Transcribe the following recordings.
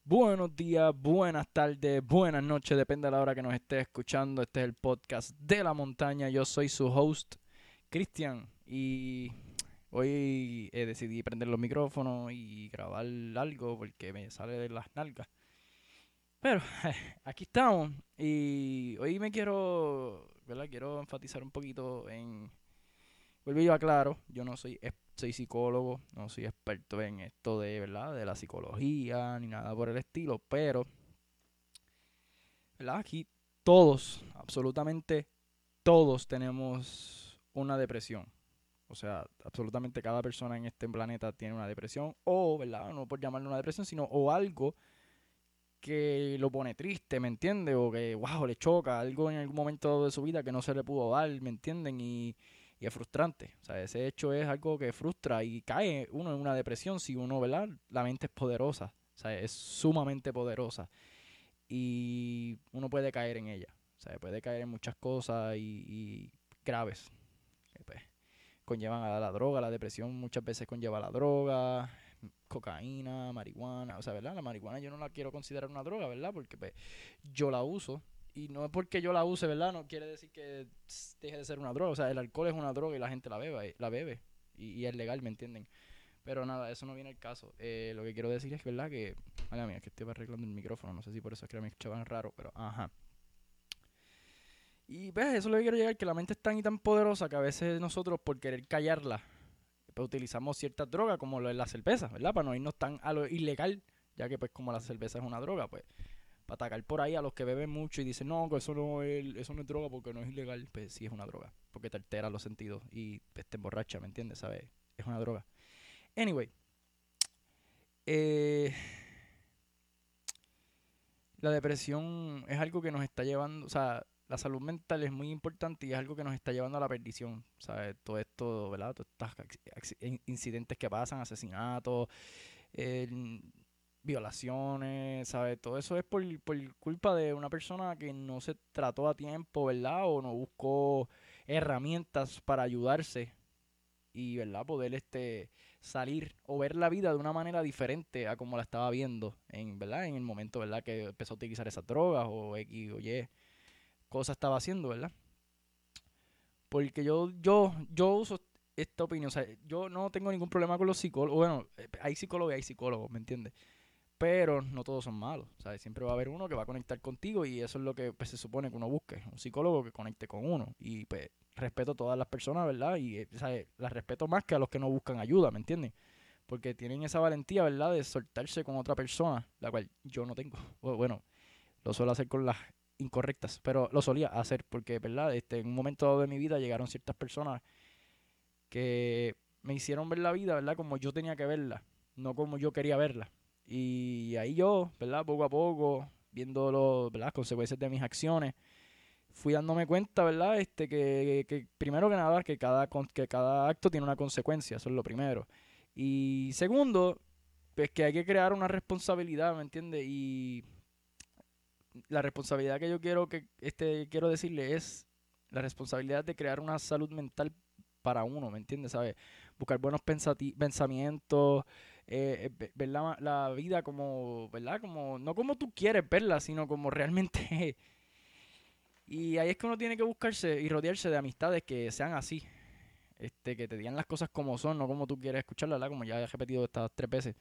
Buenos días, buenas tardes, buenas noches, depende de la hora que nos estés escuchando. Este es el podcast de la montaña. Yo soy su host, Cristian, y hoy decidí prender los micrófonos y grabar algo porque me sale de las nalgas. Pero aquí estamos y hoy me quiero, ¿verdad? Quiero enfatizar un poquito en. Vuelvo yo aclaro, yo no soy psicólogo, no soy experto en esto de, ¿verdad? De la psicología ni nada por el estilo, pero, ¿verdad? Aquí todos, absolutamente todos tenemos una depresión. O sea, absolutamente cada persona en este planeta tiene una depresión o, ¿verdad? No por llamarlo una depresión, sino o algo que lo pone triste, ¿me entiendes? O que, wow, le choca algo en algún momento de su vida que no se le pudo dar, ¿me entienden? Y es frustrante. O sea, ese hecho es algo que frustra y cae uno en una depresión si uno, ¿verdad? La mente es poderosa. O sea, es sumamente poderosa. Y uno puede caer en ella. O sea, puede caer en muchas cosas y graves. Que, pues, conllevan a la droga. La depresión muchas veces conlleva a la droga, cocaína, marihuana. O sea, ¿verdad? La marihuana yo no la quiero considerar una droga, ¿verdad? Porque pues, yo la uso. Y no es porque yo la use, ¿verdad? No quiere decir que deje de ser una droga. O sea, el alcohol es una droga y la gente la bebe. Y es legal, ¿me entienden? Pero nada, eso no viene al caso. Lo que quiero decir es que, ¿verdad? Que, mala mía, que estoy arreglando el micrófono. No sé si por eso es que me escuchaban raro, pero ajá. Y pues eso es lo que quiero llegar, que la mente es tan y tan poderosa que a veces nosotros por querer callarla, pues utilizamos ciertas drogas como lo es la cerveza, ¿verdad? Para no irnos tan a lo ilegal, ya que pues como la cerveza es una droga, pues para atacar por ahí a los que beben mucho y dicen, no, que eso no es droga porque no es ilegal, pues sí es una droga, porque te altera los sentidos y pues, te emborracha, ¿me entiendes? ¿Sabes? Es una droga. Anyway, eh, la depresión es algo que nos está llevando, o sea, la salud mental es muy importante y es algo que nos está llevando a la perdición, ¿sabes? Todo esto, ¿verdad? Todos estos incidentes que pasan, asesinatos, eh, violaciones, ¿sabes? Todo eso es por culpa de una persona que no se trató a tiempo, ¿verdad? O no buscó herramientas para ayudarse y, ¿verdad? Poder salir o ver la vida de una manera diferente a como la estaba viendo ¿verdad? En el momento, ¿verdad? Que empezó a utilizar esas drogas o X o Y cosas estaba haciendo, ¿verdad? Porque yo uso esta opinión, o sea, yo no tengo ningún problema con los psicólogos, bueno, hay psicólogos y hay psicólogos, ¿me entiendes? Pero no todos son malos, ¿sabes? Siempre va a haber uno que va a conectar contigo y eso es lo que pues, se supone que uno busque, un psicólogo que conecte con uno. Y pues respeto a todas las personas, ¿verdad? Y ¿sabes? Las respeto más que a los que no buscan ayuda, ¿me entienden? Porque tienen esa valentía, ¿verdad? De soltarse con otra persona, la cual yo no tengo. Bueno, lo suelo hacer con las incorrectas, pero lo solía hacer porque, ¿verdad? En un momento dado de mi vida llegaron ciertas personas que me hicieron ver la vida, ¿verdad? Como yo tenía que verla, no como yo quería verla. Y ahí yo, ¿verdad? Poco a poco, viendo ¿verdad? Las consecuencias de mis acciones, fui dándome cuenta, ¿verdad? Que primero que nada, que cada acto tiene una consecuencia, eso es lo primero. Y segundo, pues que hay que crear una responsabilidad, ¿me entiendes? Y la responsabilidad que yo quiero decirle es la responsabilidad de crear una salud mental para uno, ¿me entiendes? ¿Sabes? Buscar buenos pensamientos, ver la vida como, ¿verdad? Como, no como tú quieres verla, sino como realmente es. Y ahí es que uno tiene que buscarse y rodearse de amistades que sean así, que te digan las cosas como son, no como tú quieres escucharlas, ¿verdad? Como ya he repetido estas 3 veces.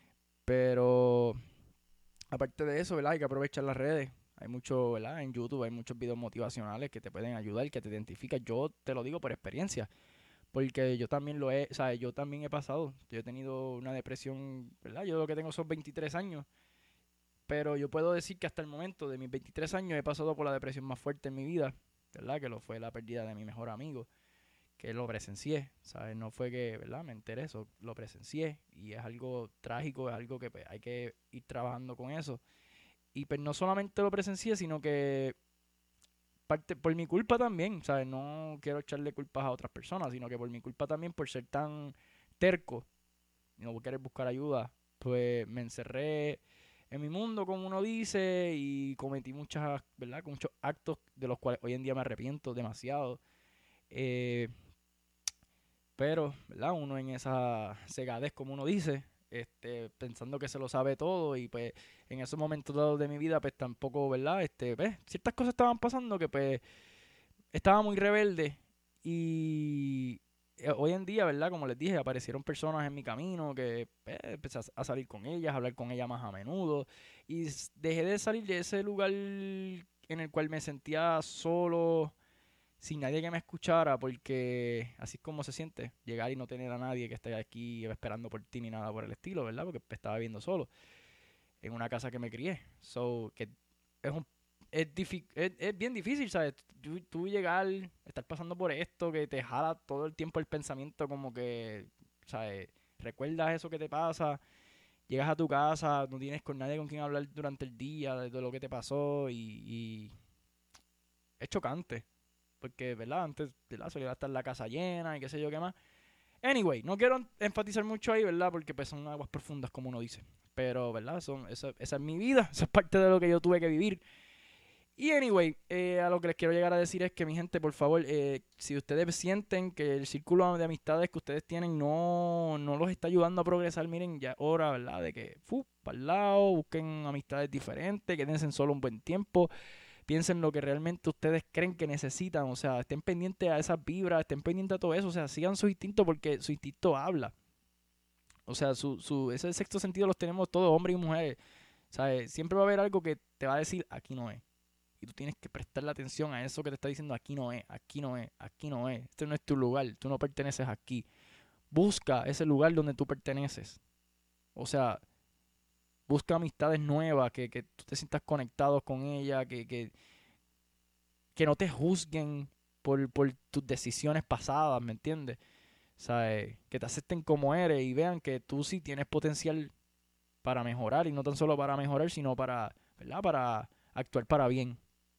Pero aparte de eso, ¿verdad? Hay que aprovechar las redes. Hay mucho, ¿verdad? En YouTube hay muchos videos motivacionales que te pueden ayudar, que te identifican. Yo te lo digo por experiencia, porque yo también o sea, yo también he pasado. Yo he tenido una depresión, ¿verdad? Yo lo que tengo son 23 años, pero yo puedo decir que hasta el momento de mis 23 años he pasado por la depresión más fuerte en mi vida, ¿verdad? Que lo fue la pérdida de mi mejor amigo, que lo presencié, ¿sabes? No fue que, ¿verdad? Me enteré, eso lo presencié y es algo trágico, es algo que pues, hay que ir trabajando con eso. Y pues no solamente lo presencié, sino que parte por mi culpa también, ¿sabes? No quiero echarle culpas a otras personas, sino que por mi culpa también, por ser tan terco y no querer buscar ayuda, pues me encerré en mi mundo, como uno dice, y cometí muchas, ¿verdad? Muchos actos de los cuales hoy en día me arrepiento demasiado. Eh, pero, ¿verdad? Uno en esa cegadez, como uno dice, pensando que se lo sabe todo y pues en esos momentos dados de mi vida pues tampoco, ¿verdad? Pues, ciertas cosas estaban pasando que pues estaba muy rebelde y hoy en día, ¿verdad? Como les dije, aparecieron personas en mi camino que pues, empecé a salir con ellas, a hablar con ellas más a menudo y dejé de salir de ese lugar en el cual me sentía solo, sin nadie que me escuchara, porque así es como se siente llegar y no tener a nadie que esté aquí esperando por ti ni nada por el estilo, ¿verdad? Porque estaba viviendo solo en una casa que me crié. So, que es un es bien difícil, ¿sabes? Tú llegar, estar pasando por esto, que te jala todo el tiempo el pensamiento, como que, ¿sabes? Recuerdas eso que te pasa, llegas a tu casa, no tienes con nadie con quien hablar durante el día de lo que te pasó y es chocante. Porque, ¿verdad? Antes, ¿verdad? Solía estar la casa llena y qué sé yo qué más. Anyway, no quiero enfatizar mucho ahí, ¿verdad? Porque pues son aguas profundas, como uno dice. Pero, ¿verdad? Esa es mi vida, esa es parte de lo que yo tuve que vivir. Y anyway, a lo que les quiero llegar a decir es que mi gente, por favor, si ustedes sienten que el círculo de amistades que ustedes tienen no los está ayudando a progresar, miren, ya es hora, ¿verdad? De que, para el lado, busquen amistades diferentes, quédense solo un buen tiempo, piensen lo que realmente ustedes creen que necesitan, o sea, estén pendientes a esas vibras, estén pendientes a todo eso, o sea, sigan su instinto porque su instinto habla. O sea, ese sexto sentido los tenemos todos, hombres y mujeres. ¿Sabes? Siempre va a haber algo que te va a decir, aquí no es. Y tú tienes que prestarle atención a eso que te está diciendo, aquí no es, aquí no es, aquí no es. Este no es tu lugar, tú no perteneces aquí. Busca ese lugar donde tú perteneces. O sea, busca amistades nuevas, que tú te sientas conectado con ella, que no te juzguen por tus decisiones pasadas, ¿me entiendes? ¿Sabes? Que te acepten como eres y vean que tú sí tienes potencial para mejorar y no tan solo para mejorar, sino para, ¿verdad? Para actuar para bien.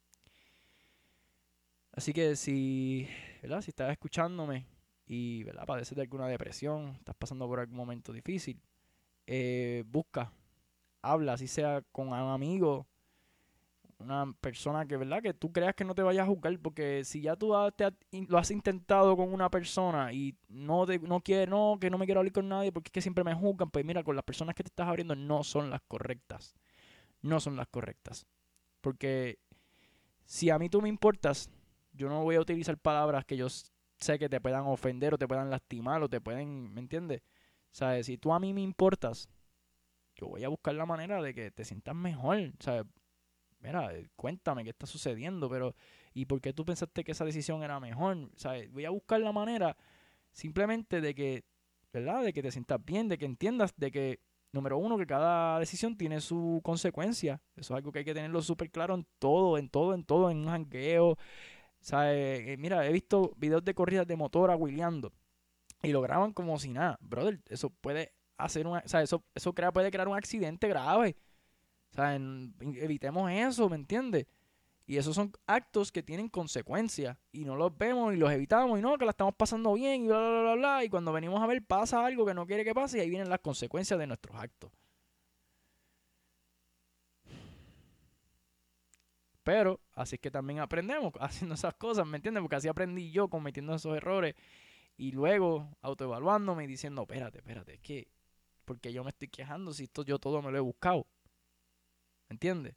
Así que si, ¿verdad? Si estás escuchándome y, ¿verdad? Padeces de alguna depresión, estás pasando por algún momento difícil, busca, habla, así sea con un amigo, una persona que, ¿verdad? Que tú creas que no te vaya a juzgar, porque si ya tú lo has intentado con una persona y no quiere, no, que no me quiero hablar con nadie porque es que siempre me juzgan, pues mira, con las personas que te estás abriendo no son las correctas. No son las correctas. Porque si a mí tú me importas, yo no voy a utilizar palabras que yo sé que te puedan ofender o te puedan lastimar o te pueden, ¿me entiendes? ¿Sabes? Si tú a mí me importas, yo voy a buscar la manera de que te sientas mejor, ¿sabes? Mira, cuéntame qué está sucediendo, pero ¿y por qué tú pensaste que esa decisión era mejor? ¿Sabes? Voy a buscar la manera simplemente de que, ¿verdad? De que te sientas bien, de que entiendas de que, número uno, que cada decisión tiene su consecuencia. Eso es algo que hay que tenerlo súper claro en todo, en todo, en todo, en un jangueo. ¿Sabes? Mira, he visto videos de corridas de motora wheeleando y lo graban como si nada. Brother, eso puede hacer una, o sea, eso puede crear un accidente grave. O sea, evitemos eso, ¿me entiendes? Y esos son actos que tienen consecuencias y no los vemos y los evitamos y no, que la estamos pasando bien y bla, bla, bla, bla. Y cuando venimos a ver pasa algo que no quiere que pase y ahí vienen las consecuencias de nuestros actos. Pero así es que también aprendemos haciendo esas cosas, ¿me entiendes? Porque así aprendí yo cometiendo esos errores y luego autoevaluándome y diciendo, espérate, es que, porque yo me estoy quejando si esto yo todo me lo he buscado, ¿me entiendes?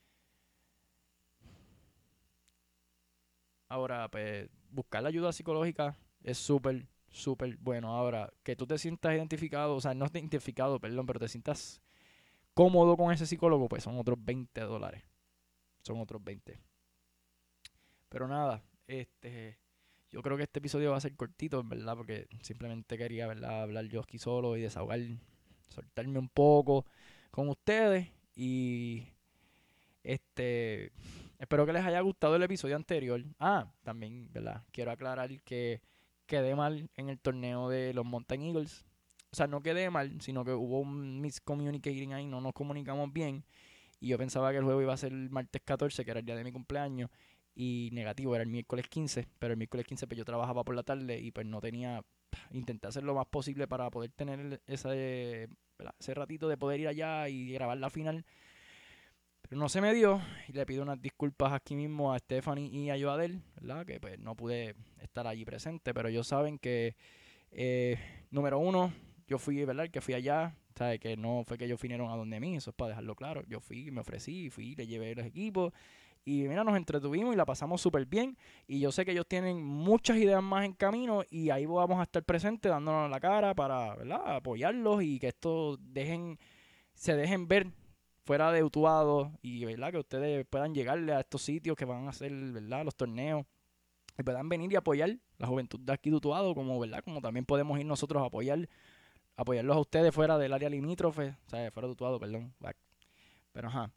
Ahora, pues, buscar la ayuda psicológica es súper, súper bueno. Ahora, que tú te sientas identificado, o sea, no identificado, perdón, pero te sientas cómodo con ese psicólogo, pues son otros $20. Son otros 20. Pero nada, yo creo que este episodio va a ser cortito, en verdad, porque simplemente quería, ¿verdad? Hablar yo aquí solo y desahogar, soltarme un poco con ustedes. Y espero que les haya gustado el episodio anterior. Ah, también, ¿verdad? Quiero aclarar que quedé mal en el torneo de los Mountain Eagles. O sea, no quedé mal, sino que hubo un miscommunicating ahí, no nos comunicamos bien. Y yo pensaba que el juego iba a ser el martes 14, que era el día de mi cumpleaños. Y negativo, era el miércoles 15. Pero el miércoles 15 pues yo trabajaba por la tarde y pues no tenía... Intenté hacer lo más posible para poder tener ese ratito de poder ir allá y grabar la final. Pero no se me dio y le pido unas disculpas aquí mismo a Stephanie y a Joadel, ¿verdad? Que pues no pude estar allí presente, pero ellos saben que, número uno, yo fui, ¿verdad? El que fui allá, ¿Sabes? Que no fue que ellos vinieron a donde mí, eso es para dejarlo claro. Yo fui, me ofrecí, le llevé los equipos y mira, nos entretuvimos y la pasamos súper bien. Y yo sé que ellos tienen muchas ideas más en camino y ahí vamos a estar presentes dándonos la cara para, ¿verdad?, apoyarlos y que esto se dejen ver fuera de Utuado y, ¿verdad?, que ustedes puedan llegarle a estos sitios que van a hacer, ¿verdad?, los torneos y puedan venir y apoyar la juventud de aquí de Utuado, como, ¿verdad?, como también podemos ir nosotros a apoyarlos a ustedes fuera del área limítrofe, o sea, fuera de Utuado, perdón. Pero ajá.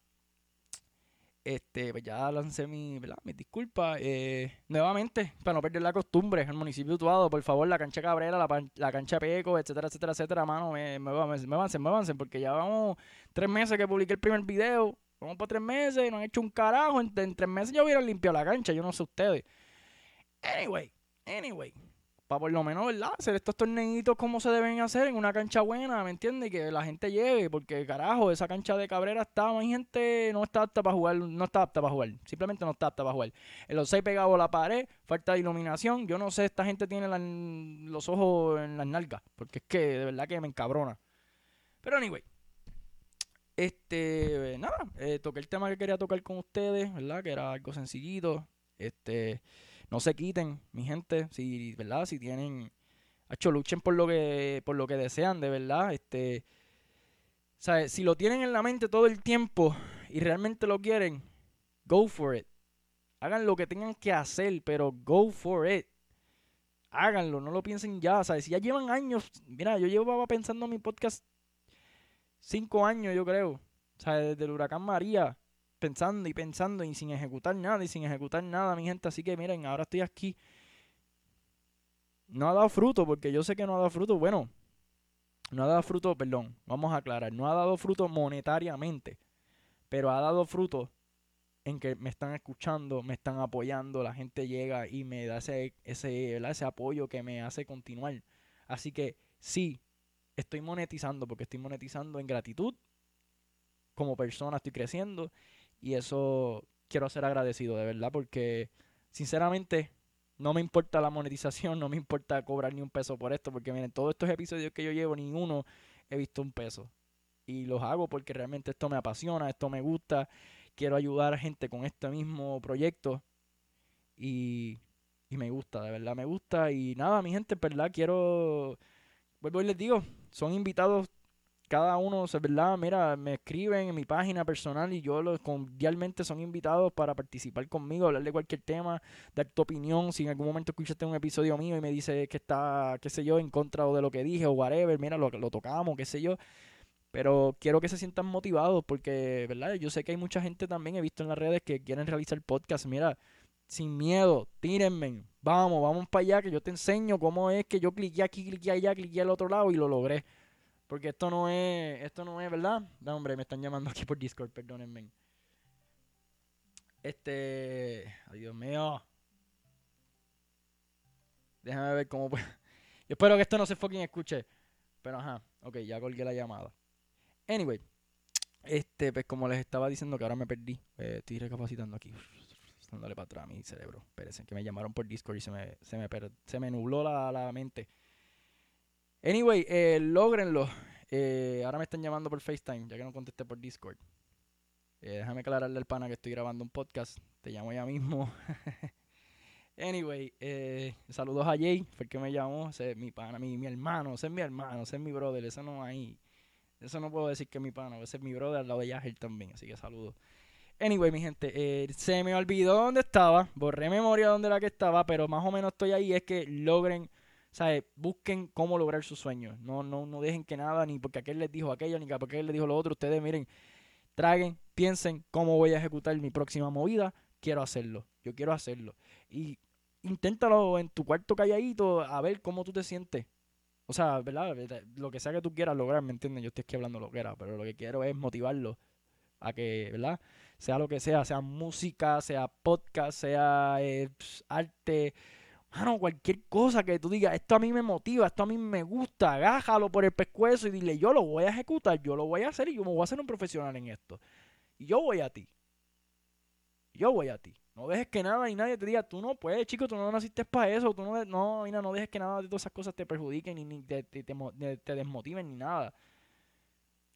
Pues ya lancé ¿verdad?, mis disculpas. Nuevamente, para no perder la costumbre, el municipio de Utuado, por favor, la cancha Cabrera, la cancha Peco, etcétera, etcétera, etcétera, mano, muévanse, porque ya vamos 3 meses que publiqué el primer video. Vamos para 3 meses, no han hecho un carajo. En 3 meses ya hubieran limpiado la cancha, yo no sé ustedes. Anyway. Para por lo menos, ¿verdad?, hacer estos torneitos como se deben hacer en una cancha buena, ¿me entiendes? Y que la gente llegue, porque carajo, esa cancha de Cabrera hay gente no está apta para jugar, simplemente no está apta para jugar. Los 6 pegados a la pared, falta de iluminación, yo no sé, esta gente tiene los ojos en las nalgas, porque es que de verdad que me encabrona. Pero anyway, nada, toqué el tema que quería tocar con ustedes, ¿verdad?, que era algo sencillito, no se quiten, mi gente, si, ¿verdad?, si tienen, luchen por lo que desean, de verdad, ¿sabes? Si lo tienen en la mente todo el tiempo y realmente lo quieren, go for it. Hagan lo que tengan que hacer, pero go for it. Háganlo, no lo piensen ya, ¿sabes? Si ya llevan años, mira, yo llevaba pensando en mi podcast 5 años, yo creo, ¿sabes? Desde el huracán María, pensando y sin ejecutar nada, mi gente. Así que miren, ahora estoy aquí. No ha dado fruto, porque yo sé que no ha dado fruto. Bueno, no ha dado fruto, perdón, vamos a aclarar. No ha dado fruto monetariamente, pero ha dado fruto en que me están escuchando, me están apoyando, la gente llega y me da ese apoyo que me hace continuar. Así que sí, estoy monetizando, porque estoy monetizando en gratitud. Como persona estoy creciendo y eso quiero ser agradecido, de verdad, porque sinceramente no me importa la monetización, no me importa cobrar ni un peso por esto, porque miren, todos estos episodios que yo llevo, ninguno he visto un peso. Y los hago porque realmente esto me apasiona, esto me gusta, quiero ayudar a gente con este mismo proyecto y, me gusta, de verdad me gusta. Y nada, mi gente, en verdad vuelvo y les digo, son invitados cada uno, ¿verdad? Mira, me escriben en mi página personal y yo cordialmente son invitados para participar conmigo, hablar de cualquier tema, dar tu opinión. Si en algún momento escuchaste un episodio mío y me dice que está, qué sé yo, en contra de lo que dije o whatever, mira, lo tocamos, qué sé yo. Pero quiero que se sientan motivados porque, ¿verdad? Yo sé que hay mucha gente también, he visto en las redes, que quieren realizar podcast. Mira, sin miedo, tírenme, vamos para allá, que yo te enseño cómo es que yo cliqué aquí, cliqué allá, cliqué al otro lado y lo logré. Porque esto no es, ¿verdad? No, hombre, me están llamando aquí por Discord, perdónenme. Ay, Dios mío. Déjame ver cómo puedo. Yo espero que esto no se fucking escuche. Pero ajá, ok, ya colgué la llamada. Anyway, pues como les estaba diciendo que ahora me perdí. Estoy recapacitando aquí. Dándole para atrás a mi cerebro. Espérense, que me llamaron por Discord y se me nubló la mente. Anyway, lógrenlo. Ahora me están llamando por FaceTime, ya que no contesté por Discord. Déjame aclararle al pana que estoy grabando un podcast. Te llamo ya mismo. Anyway, saludos a Jay, fue el que me llamó. Ese es mi pana, mi hermano, ese es mi brother. Eso no puedo decir que es mi pana, ese es mi brother al lado de Yahel también. Así que saludos. Anyway, mi gente, se me olvidó dónde estaba. Borré memoria dónde era que estaba, pero más o menos estoy ahí. Es que logren, ¿sabes? Busquen cómo lograr sus sueños. No dejen que nada, ni porque aquel les dijo aquello, ni porque aquel les dijo lo otro. Ustedes miren, traguen, piensen cómo voy a ejecutar mi próxima movida. Yo quiero hacerlo. Y inténtalo en tu cuarto calladito a ver cómo tú te sientes. O sea, ¿verdad? Lo que sea que tú quieras lograr, ¿me entiendes? Yo estoy aquí hablando lo que era, pero lo que quiero es motivarlo a que, ¿verdad? Sea lo que sea música, sea podcast, sea arte, mano, cualquier cosa que tú digas, esto a mí me motiva, esto a mí me gusta, agájalo por el pescuezo y dile, yo lo voy a ejecutar, yo lo voy a hacer y yo me voy a hacer un profesional en esto. Y yo voy a ti. No dejes que nada ni nadie te diga, tú no puedes, chico, tú no naciste para eso, mira, no dejes que nada de todas esas cosas te perjudiquen ni te desmotiven ni nada.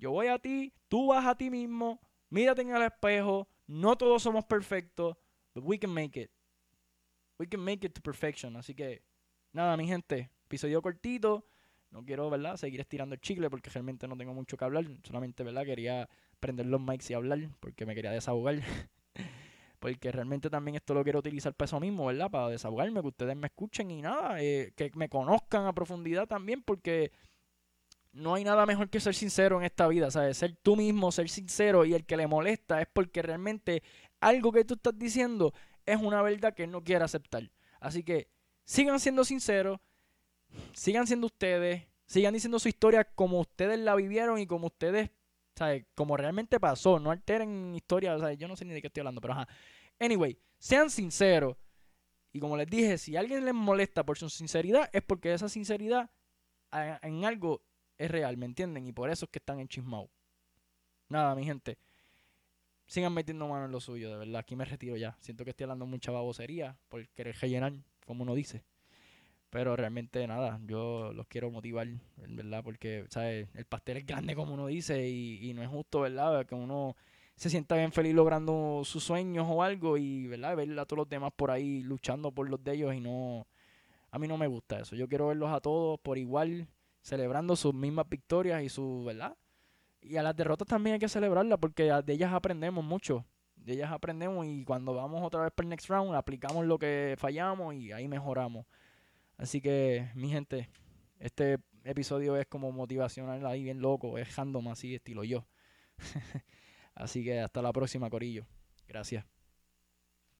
Yo voy a ti, tú vas a ti mismo, mírate en el espejo, no todos somos perfectos, but we can make it. We can make it to perfection. Así que, nada, mi gente, episodio cortito. No quiero, ¿verdad?, seguir estirando el chicle porque realmente no tengo mucho que hablar. Solamente, ¿verdad?, quería prender los mics y hablar porque me quería desahogar. Porque realmente también esto lo quiero utilizar para eso mismo, ¿verdad? Para desahogarme, que ustedes me escuchen y nada, que me conozcan a profundidad también, porque no hay nada mejor que ser sincero en esta vida, ¿sabes? Ser tú mismo, ser sincero, y el que le molesta es porque realmente algo que tú estás diciendo es una verdad que él no quiere aceptar. Así que sigan siendo sinceros, sigan siendo ustedes, sigan diciendo su historia como ustedes la vivieron y como ustedes, ¿sabes? Como realmente pasó, no alteren historia, o sea, yo no sé ni de qué estoy hablando, pero ajá. Anyway, sean sinceros. Y como les dije, si alguien les molesta por su sinceridad, es porque esa sinceridad en algo es real, ¿me entienden? Y por eso es que están enchismados. Nada, mi gente. Sigan metiendo mano en lo suyo, de verdad. Aquí me retiro ya. Siento que estoy hablando mucha babosería por querer rellenar, como uno dice. Pero realmente nada, yo los quiero motivar, en verdad, porque, ¿sabes? El pastel es grande, como uno dice, y no es justo, ¿verdad? Que uno se sienta bien feliz logrando sus sueños o algo y, ¿verdad? Ver a todos los demás por ahí luchando por los de ellos y no... A mí no me gusta eso. Yo quiero verlos a todos por igual, celebrando sus mismas victorias y su, ¿verdad? Y a las derrotas también hay que celebrarlas porque de ellas aprendemos mucho. De ellas aprendemos y cuando vamos otra vez para el next round aplicamos lo que fallamos y ahí mejoramos. Así que, mi gente, este episodio es como motivacional ahí bien loco, es random así, estilo yo. Así que hasta la próxima, corillo. Gracias.